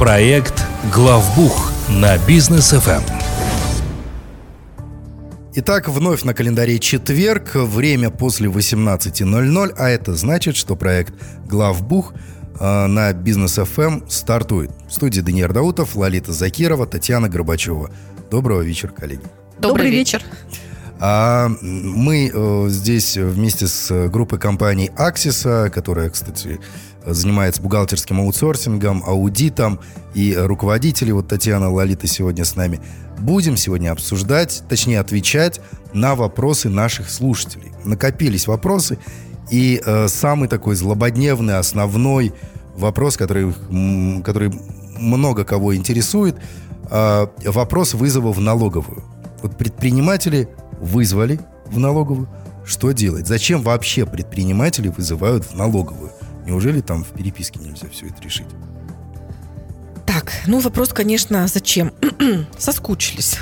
Проект «Главбух» на Бизнес ФМ. Итак, вновь на календаре четверг, время после 18:00, а это значит, что проект «Главбух» на Бизнес ФМ стартует. В студии Даниил Даутов, Лолита Закирова, Татьяна Горбачева. Доброго вечера, коллеги. Добрый вечер. Мы здесь вместе с группой компаний Аксиса, которая, кстати, занимается бухгалтерским аутсорсингом, аудитом, и руководители, вот Татьяна, Лолита сегодня с нами, будем сегодня обсуждать, точнее отвечать на вопросы наших слушателей. Накопились вопросы, и самый такой злободневный, основной вопрос, который много кого интересует, вопрос вызова в налоговую. Вот предприниматели вызвали в налоговую. Что делать? Зачем вообще предприниматели вызывают в налоговую? Неужели там в переписке нельзя все это решить? Так, вопрос, конечно, зачем? Соскучились.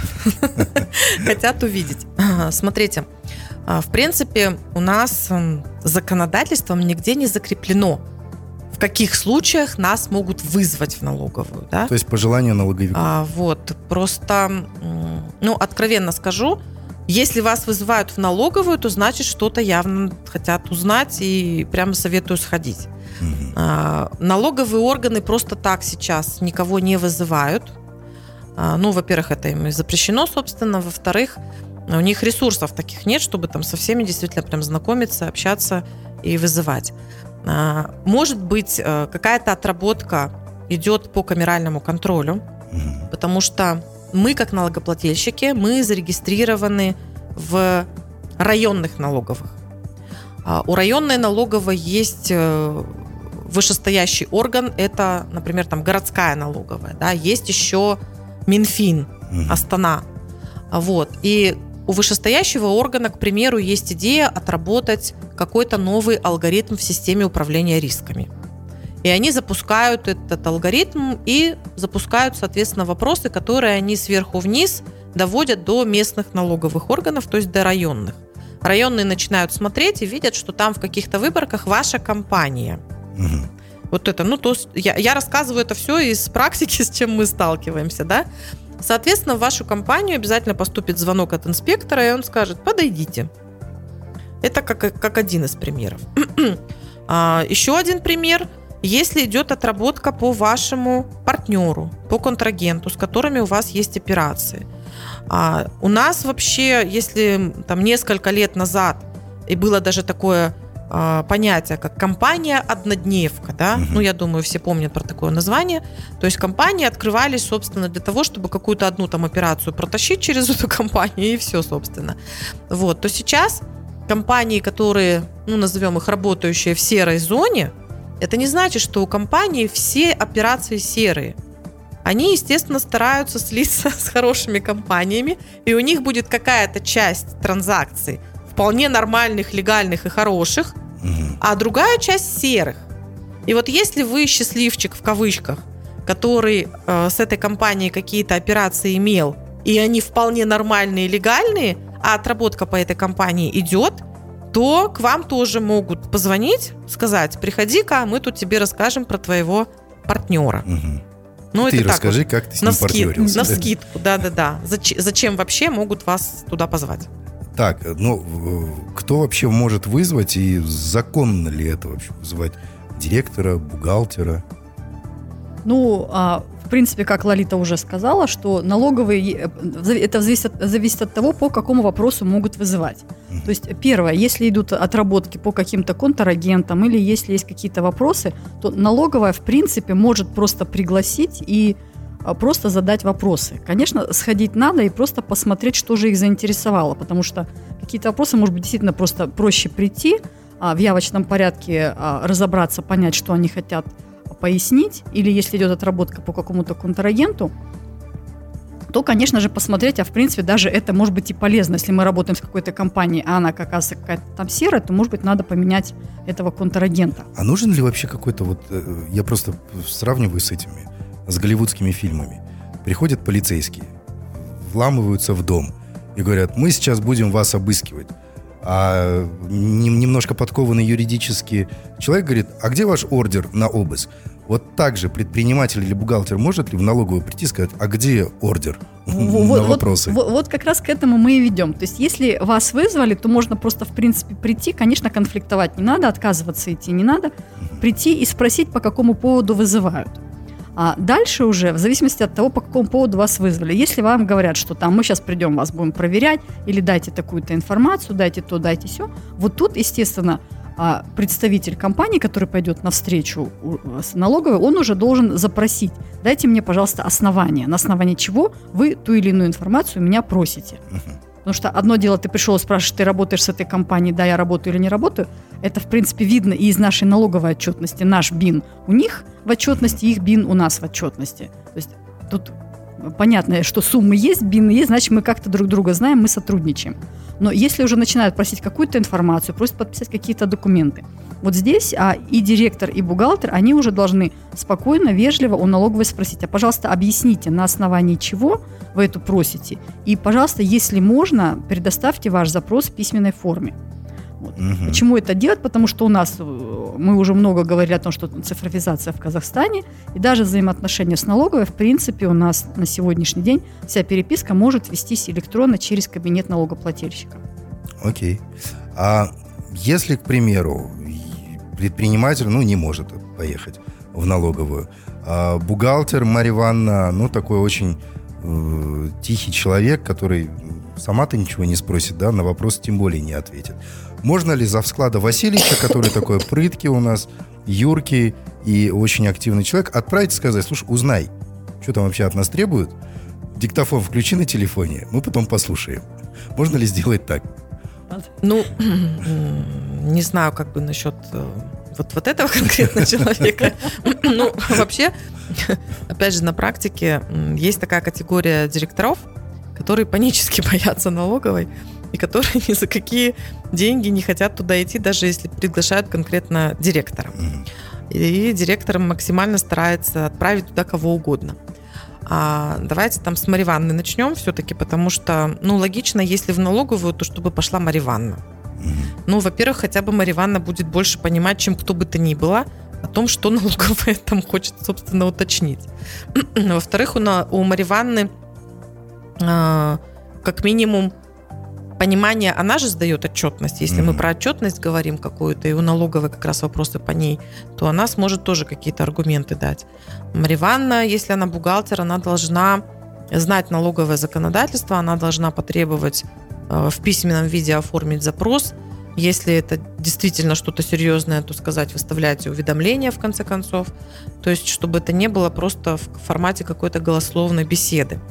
Хотят увидеть. Смотрите, в принципе, у нас законодательством нигде не закреплено, в каких случаях нас могут вызвать в налоговую. Да? То есть по желанию налоговика. Просто, откровенно скажу, если вас вызывают в налоговую, то значит, что-то явно хотят узнать, и прямо советую сходить. Налоговые органы просто так сейчас никого не вызывают. Во-первых, это им и запрещено, собственно. Во-вторых, у них ресурсов таких нет, чтобы там со всеми действительно прям знакомиться, общаться и вызывать. Может быть, какая-то отработка идет по камеральному контролю, потому что мы, как налогоплательщики, мы зарегистрированы в районных налоговых. У районной налоговой есть вышестоящий орган, это, например, там городская налоговая, да, есть еще Минфин, Астана. И у вышестоящего органа, к примеру, есть идея отработать какой-то новый алгоритм в системе управления рисками. И они запускают этот алгоритм и запускают, соответственно, вопросы, которые они сверху вниз доводят до местных налоговых органов, то есть до районных. Районные начинают смотреть и видят, что там в каких-то выборках ваша компания. Я рассказываю это все из практики, с чем мы сталкиваемся, да? Соответственно, в вашу компанию обязательно поступит звонок от инспектора, и он скажет: подойдите. Это как один из примеров. Еще один пример. Если идет отработка по вашему партнеру, по контрагенту, с которыми у вас есть операции. У нас вообще, если там несколько лет назад, и было даже такое понятие, как компания-однодневка, да? Я думаю, все помнят про такое название. То есть компании открывались, собственно, для того, чтобы какую-то одну там операцию протащить через эту компанию, и все, собственно. То сейчас компании, которые, назовем их работающие в серой зоне, это не значит, что у компании все операции серые. Они, естественно, стараются слиться с хорошими компаниями, и у них будет какая-то часть транзакций вполне нормальных, легальных и хороших, а другая часть серых. И если вы счастливчик в кавычках, который с этой компанией какие-то операции имел, и они вполне нормальные и легальные, а отработка по этой компании идет, то к вам тоже могут позвонить, сказать: приходи-ка, мы тут тебе расскажем про твоего партнера. Ты расскажи, как ты с ним партнерился. Навскидку, да. Зачем вообще могут вас туда позвать? Так, кто вообще может вызвать, и законно ли это вообще вызывать директора, бухгалтера? В принципе, как Лолита уже сказала, что налоговые, это зависит от того, по какому вопросу могут вызывать. То есть, первое, если идут отработки по каким-то контрагентам или если есть какие-то вопросы, то налоговая, в принципе, может просто пригласить и просто задать вопросы. Конечно, сходить надо и просто посмотреть, что же их заинтересовало, потому что какие-то вопросы, может быть, действительно просто проще прийти, в явочном порядке разобраться, понять, что они хотят пояснить, или если идет отработка по какому-то контрагенту, то, конечно же, посмотреть, в принципе, даже это может быть и полезно. Если мы работаем с какой-то компанией, а она какая-то там серая, то, может быть, надо поменять этого контрагента. А нужен ли вообще какой-то я просто сравниваю с голливудскими фильмами. Приходят полицейские, вламываются в дом и говорят: мы сейчас будем вас обыскивать. А немножко подкованный юридически человек говорит: а где ваш ордер на обыск? Вот так же предприниматель или бухгалтер может ли в налоговую прийти и сказать, а где ордер на вопросы? Вот как раз к этому мы и ведем. То есть если вас вызвали, то можно просто, в принципе, прийти. Конечно, конфликтовать не надо, отказываться идти не надо. Прийти и спросить, по какому поводу вызывают. А дальше уже, в зависимости от того, по какому поводу вас вызвали. Если вам говорят, что там мы сейчас придем, вас будем проверять, или дайте такую-то информацию, дайте то, дайте сё. Вот тут, естественно, представитель компании, который пойдет навстречу с налоговой, он уже должен запросить: дайте мне, пожалуйста, основания, на основании чего вы ту или иную информацию меня просите. Потому что одно дело, ты пришел и спрашиваешь, ты работаешь с этой компанией, да, я работаю или не работаю. Это, в принципе, видно и из нашей налоговой отчетности. Наш БИН у них в отчетности, их БИН у нас в отчетности. То есть тут понятно, что суммы есть, БИНы есть, значит, мы как-то друг друга знаем, мы сотрудничаем. Но если уже начинают просить какую-то информацию, просят подписать какие-то документы, вот здесь и директор, и бухгалтер, они уже должны спокойно, вежливо у налоговой спросить: а, пожалуйста, объясните, на основании чего вы это просите, и, пожалуйста, если можно, предоставьте ваш запрос в письменной форме. Вот. Почему это делать? Потому что у нас, мы уже много говорили о том, что цифровизация в Казахстане, и даже взаимоотношения с налоговой, в принципе, у нас на сегодняшний день вся переписка может вестись электронно через кабинет налогоплательщика. Окей. А если, к примеру, предприниматель, не может поехать в налоговую, а бухгалтер Марья Ивановна, такой очень тихий человек, который сама-то ничего не спросит, да, на вопрос тем более не ответит. Можно ли завсклада Васильевича, который такой прыткий у нас, юркий и очень активный человек, отправить и сказать: слушай, узнай, что там вообще от нас требуют, диктофон включи на телефоне, мы потом послушаем. Можно ли сделать так? Не знаю, как бы насчет вот этого конкретно человека. Вообще, опять же, на практике есть такая категория директоров, которые панически боятся налоговой и которые ни за какие деньги не хотят туда идти, даже если приглашают конкретно директора. И директор максимально старается отправить туда кого угодно. Давайте там с Марьей Ивановной начнем все-таки, потому что, логично, если в налоговую, то чтобы пошла Марья Ивановна. Во-первых, хотя бы Марья Ивановна будет больше понимать, чем кто бы то ни было, о том, что налоговая там хочет, собственно, уточнить. Во-вторых, у Марьи Ивановны как минимум понимание, она же сдает отчетность. Если мы про отчетность говорим какую-то, и у налоговой как раз вопросы по ней, то она сможет тоже какие-то аргументы дать. Марья Ивановна, если она бухгалтер, она должна знать налоговое законодательство, она должна потребовать в письменном виде оформить запрос. Если это действительно что-то серьезное, то сказать: выставляйте уведомления, в конце концов. То есть, чтобы это не было просто в формате какой-то голословной беседы.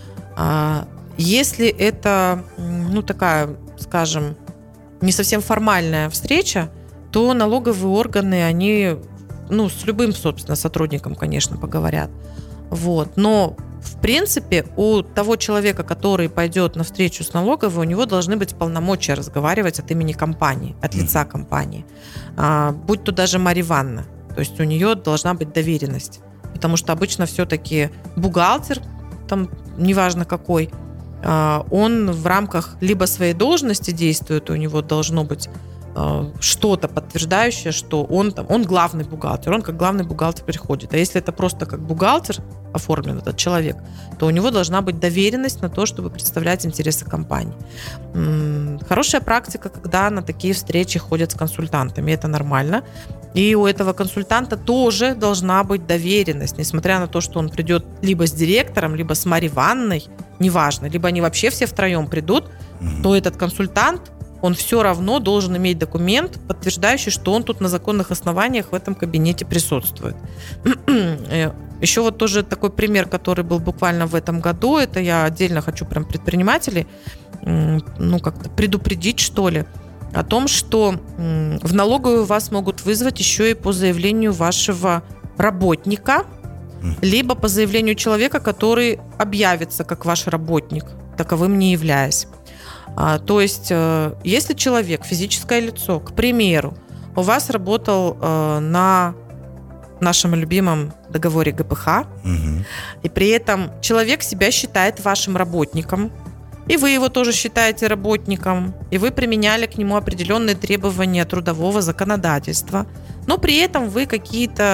Если это, такая, скажем, не совсем формальная встреча, то налоговые органы, они, с любым, собственно, сотрудником, конечно, поговорят. Вот. Но, в принципе, у того человека, который пойдет на встречу с налоговой, у него должны быть полномочия разговаривать от имени компании, от лица компании. Будь то даже Марья Ивановна. То есть у нее должна быть доверенность. Потому что обычно все-таки бухгалтер, там, неважно какой, он в рамках либо своей должности действует, у него должно быть что-то подтверждающее, что он главный бухгалтер, он как главный бухгалтер приходит. А если это просто как бухгалтер оформлен этот человек, то у него должна быть доверенность на то, чтобы представлять интересы компании. Хорошая практика, когда на такие встречи ходят с консультантами, это нормально. И у этого консультанта тоже должна быть доверенность, несмотря на то, что он придет либо с директором, либо с Марьей Ивановной, неважно, либо они вообще все втроем придут, то этот консультант, он все равно должен иметь документ, подтверждающий, что он тут на законных основаниях в этом кабинете присутствует. Еще вот тоже такой пример, который был буквально в этом году, это я отдельно хочу прям предпринимателей, как-то предупредить, что ли, о том, что в налоговую вас могут вызвать еще и по заявлению вашего работника, либо по заявлению человека, который объявится как ваш работник, таковым не являясь. То есть, если человек, физическое лицо, к примеру, у вас работал на нашем любимом договоре ГПХ, и при этом человек себя считает вашим работником, и вы его тоже считаете работником, и вы применяли к нему определенные требования трудового законодательства, но при этом вы какие-то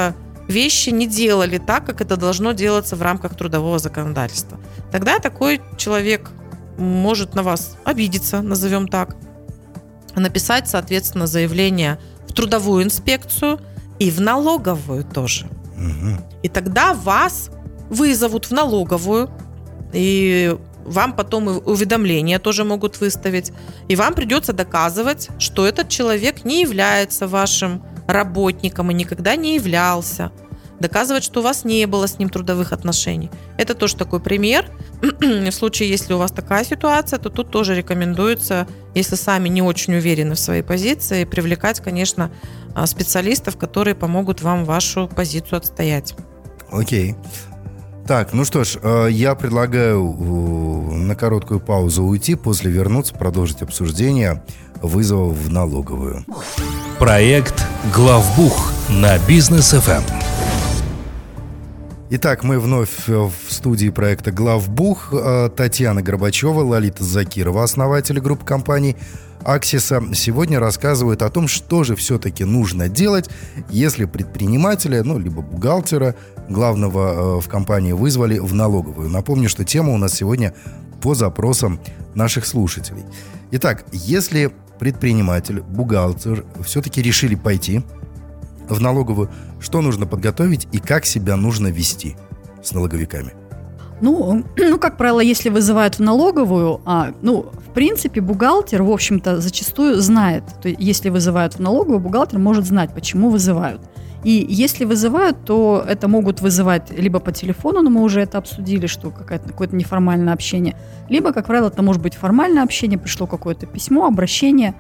вещи не делали так, как это должно делаться в рамках трудового законодательства. Тогда такой человек может на вас обидеться, назовем так, написать, соответственно, заявление в трудовую инспекцию и в налоговую тоже. И тогда вас вызовут в налоговую, и вам потом уведомления тоже могут выставить, и вам придется доказывать, что этот человек не является вашим работником и никогда не являлся. Доказывать, что у вас не было с ним трудовых отношений. Это тоже такой пример. В случае, если у вас такая ситуация, то тут тоже рекомендуется, если сами не очень уверены в своей позиции, привлекать, конечно, специалистов, которые помогут вам вашу позицию отстоять. Окей. Так, ну что ж, я предлагаю на короткую паузу уйти, после вернуться, продолжить обсуждение вызовов в налоговую. Проект «Главбух» на Бизнес ФМ. Итак, мы вновь в студии проекта «Главбух». Татьяна Горбачева, Лолита Закирова, основатели группы компаний «Аксиса», сегодня рассказывают о том, что же все-таки нужно делать, если предпринимателя, либо бухгалтера главного в компании вызвали в налоговую. Напомню, что тема у нас сегодня по запросам наших слушателей. Итак, если предприниматель, бухгалтер все-таки решили пойти в налоговую, что нужно подготовить и как себя нужно вести с налоговиками? Как правило, если вызывают в налоговую, в принципе, бухгалтер, в общем-то, зачастую знает. То есть, если вызывают в налоговую, бухгалтер может знать, почему вызывают. И если вызывают, то это могут вызывать либо по телефону, но мы уже это обсудили, что какое-то неформальное общение, либо, как правило, это может быть формальное общение, пришло какое-то письмо, обращение,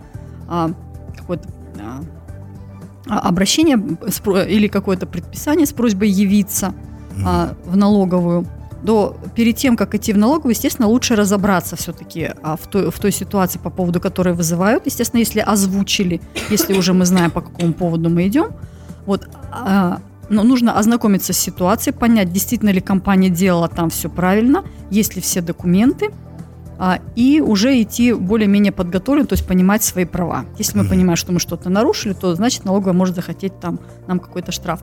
обращение или какое-то предписание с просьбой явиться в налоговую. Перед тем, как идти в налоговую, естественно, лучше разобраться все-таки в той ситуации, по поводу которой вызывают. Естественно, если озвучили, если уже мы знаем, по какому поводу мы идем, но нужно ознакомиться с ситуацией, понять, действительно ли компания делала там все правильно, есть ли все документы, и уже идти более-менее подготовлен, то есть понимать свои права. Если мы понимаем, что мы что-то нарушили, то значит налоговая может захотеть нам какой-то штраф.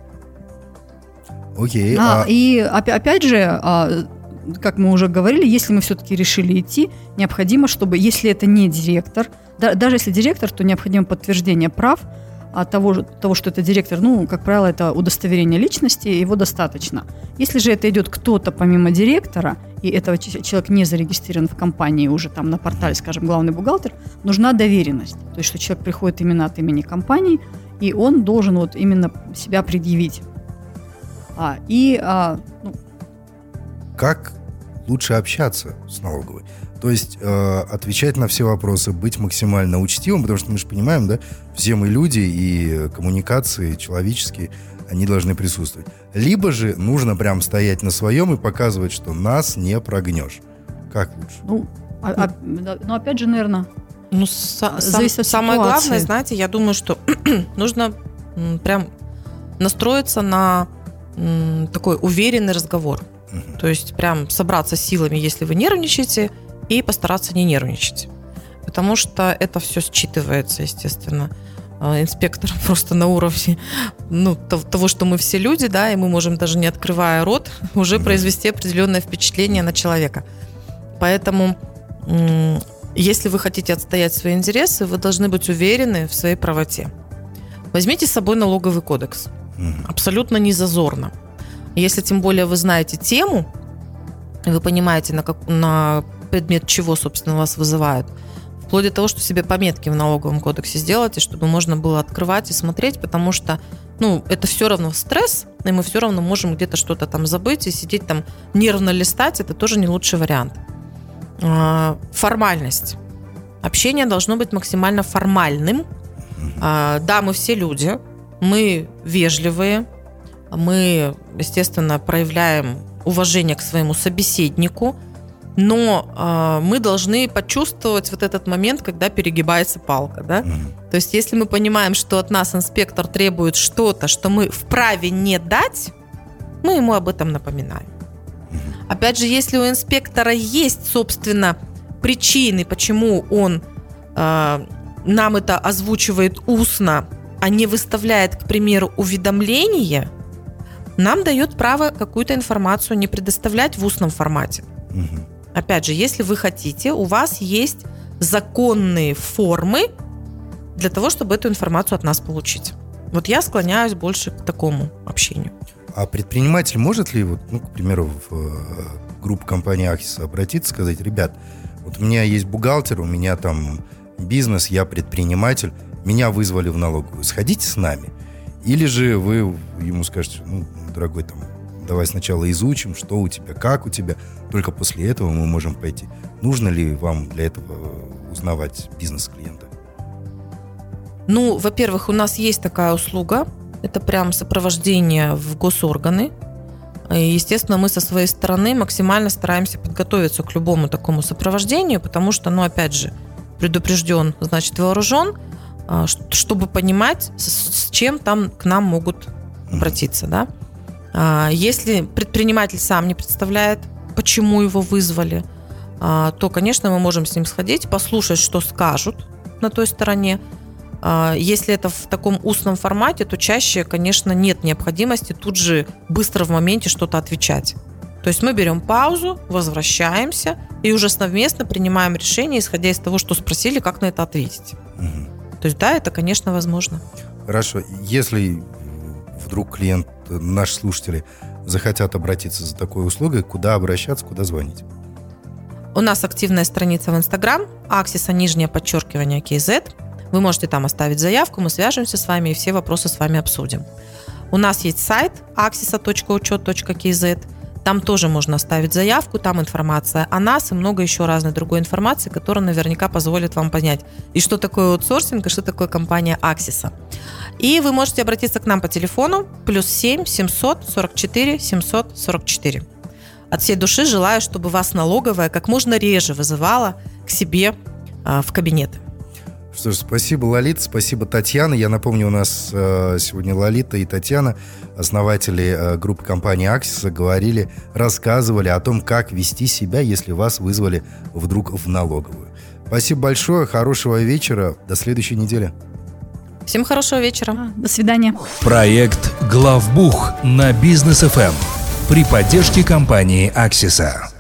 Окей. И опять же, как мы уже говорили, если мы все-таки решили идти, необходимо, чтобы, если это не директор, даже если директор, то необходимо подтверждение прав того, что это директор, как правило, это удостоверение личности, его достаточно. Если же это идет кто-то помимо директора, и этого человек не зарегистрирован в компании уже там на портале, скажем, главный бухгалтер, нужна доверенность. То есть, что человек приходит именно от имени компании, и он должен именно себя предъявить. Как лучше общаться с налоговой? То есть отвечать на все вопросы, быть максимально учтивым, потому что мы же понимаем, да, все мы люди, и коммуникации человеческие, они должны присутствовать. Либо же нужно прям стоять на своем и показывать, что нас не прогнешь. Как лучше? Опять же, наверное, зависит от самое ситуации. главное, знаете, я думаю, что нужно прям настроиться на такой уверенный разговор. То есть прям собраться силами, если вы нервничаете, и постараться не нервничать. Потому что это все считывается, естественно, инспектором просто на уровне того, что мы все люди, да, и мы можем, даже не открывая рот, уже произвести определенное впечатление на человека. Поэтому, если вы хотите отстоять свои интересы, вы должны быть уверены в своей правоте. Возьмите с собой налоговый кодекс. Абсолютно не зазорно. Если тем более вы знаете тему, вы понимаете, на предмет чего, собственно, вас вызывают, вплоть до того, что себе пометки в налоговом кодексе сделайте, чтобы можно было открывать и смотреть, потому что, это все равно стресс, и мы все равно можем где-то что-то там забыть и сидеть там нервно листать, это тоже не лучший вариант. Формальность. Общение должно быть максимально формальным. Да, мы все люди, мы вежливые, мы, естественно, проявляем уважение к своему собеседнику, но мы должны почувствовать вот этот момент, когда перегибается палка, да? То есть, если мы понимаем, что от нас инспектор требует что-то, что мы вправе не дать, мы ему об этом напоминаем. Опять же, если у инспектора есть, собственно, причины, почему он нам это озвучивает устно, а не выставляет, к примеру, уведомление, нам дает право какую-то информацию не предоставлять в устном формате. Мгм. Опять же, если вы хотите, у вас есть законные формы для того, чтобы эту информацию от нас получить. Вот я склоняюсь больше к такому общению. А предприниматель может ли, вот, ну, к примеру, в группу компании Axis обратиться, сказать: ребят, вот у меня есть бухгалтер, у меня там бизнес, я предприниматель, меня вызвали в налоговую, сходите с нами. Или же вы ему скажете: ну, дорогой, там, давай сначала изучим, что у тебя, как у тебя, только после этого мы можем пойти. Нужно ли вам для этого узнавать бизнес клиента? Ну, во-первых, у нас есть такая услуга. Это прям сопровождение в госорганы. И, естественно, мы со своей стороны максимально стараемся подготовиться к любому такому сопровождению, потому что, ну, опять же, предупрежден, значит вооружен, чтобы понимать, с чем там к нам могут обратиться, да. Если предприниматель сам не представляет, почему его вызвали, то, конечно, мы можем с ним сходить, послушать, что скажут на той стороне. Если это в таком устном формате, то чаще, конечно, нет необходимости тут же быстро в моменте что-то отвечать. То есть мы берем паузу, возвращаемся и уже совместно принимаем решение, исходя из того, что спросили, как на это ответить. Угу. То есть да, это, конечно, возможно. Хорошо. Если вдруг клиент, наши слушатели, захотят обратиться за такой услугой, куда обращаться, куда звонить? У нас активная страница в Instagram, Axis_KZ. Вы можете там оставить заявку, мы свяжемся с вами и все вопросы с вами обсудим. У нас есть сайт axisa.учет.kz. Там тоже можно оставить заявку, там информация о нас и много еще разной другой информации, которая наверняка позволит вам понять, и что такое аутсорсинг, и что такое компания Axis. И вы можете обратиться к нам по телефону +7 744 744. От всей души желаю, чтобы вас налоговая как можно реже вызывала к себе в кабинет. Что ж, спасибо, Лолита, спасибо, Татьяна. Я напомню, у нас сегодня Лолита и Татьяна, основатели группы компании Axis, рассказывали о том, как вести себя, если вас вызвали вдруг в налоговую. Спасибо большое, хорошего вечера, до следующей недели. Всем хорошего вечера. До свидания. Проект «Главбух» на Бизнес ФМ при поддержке компании Axis.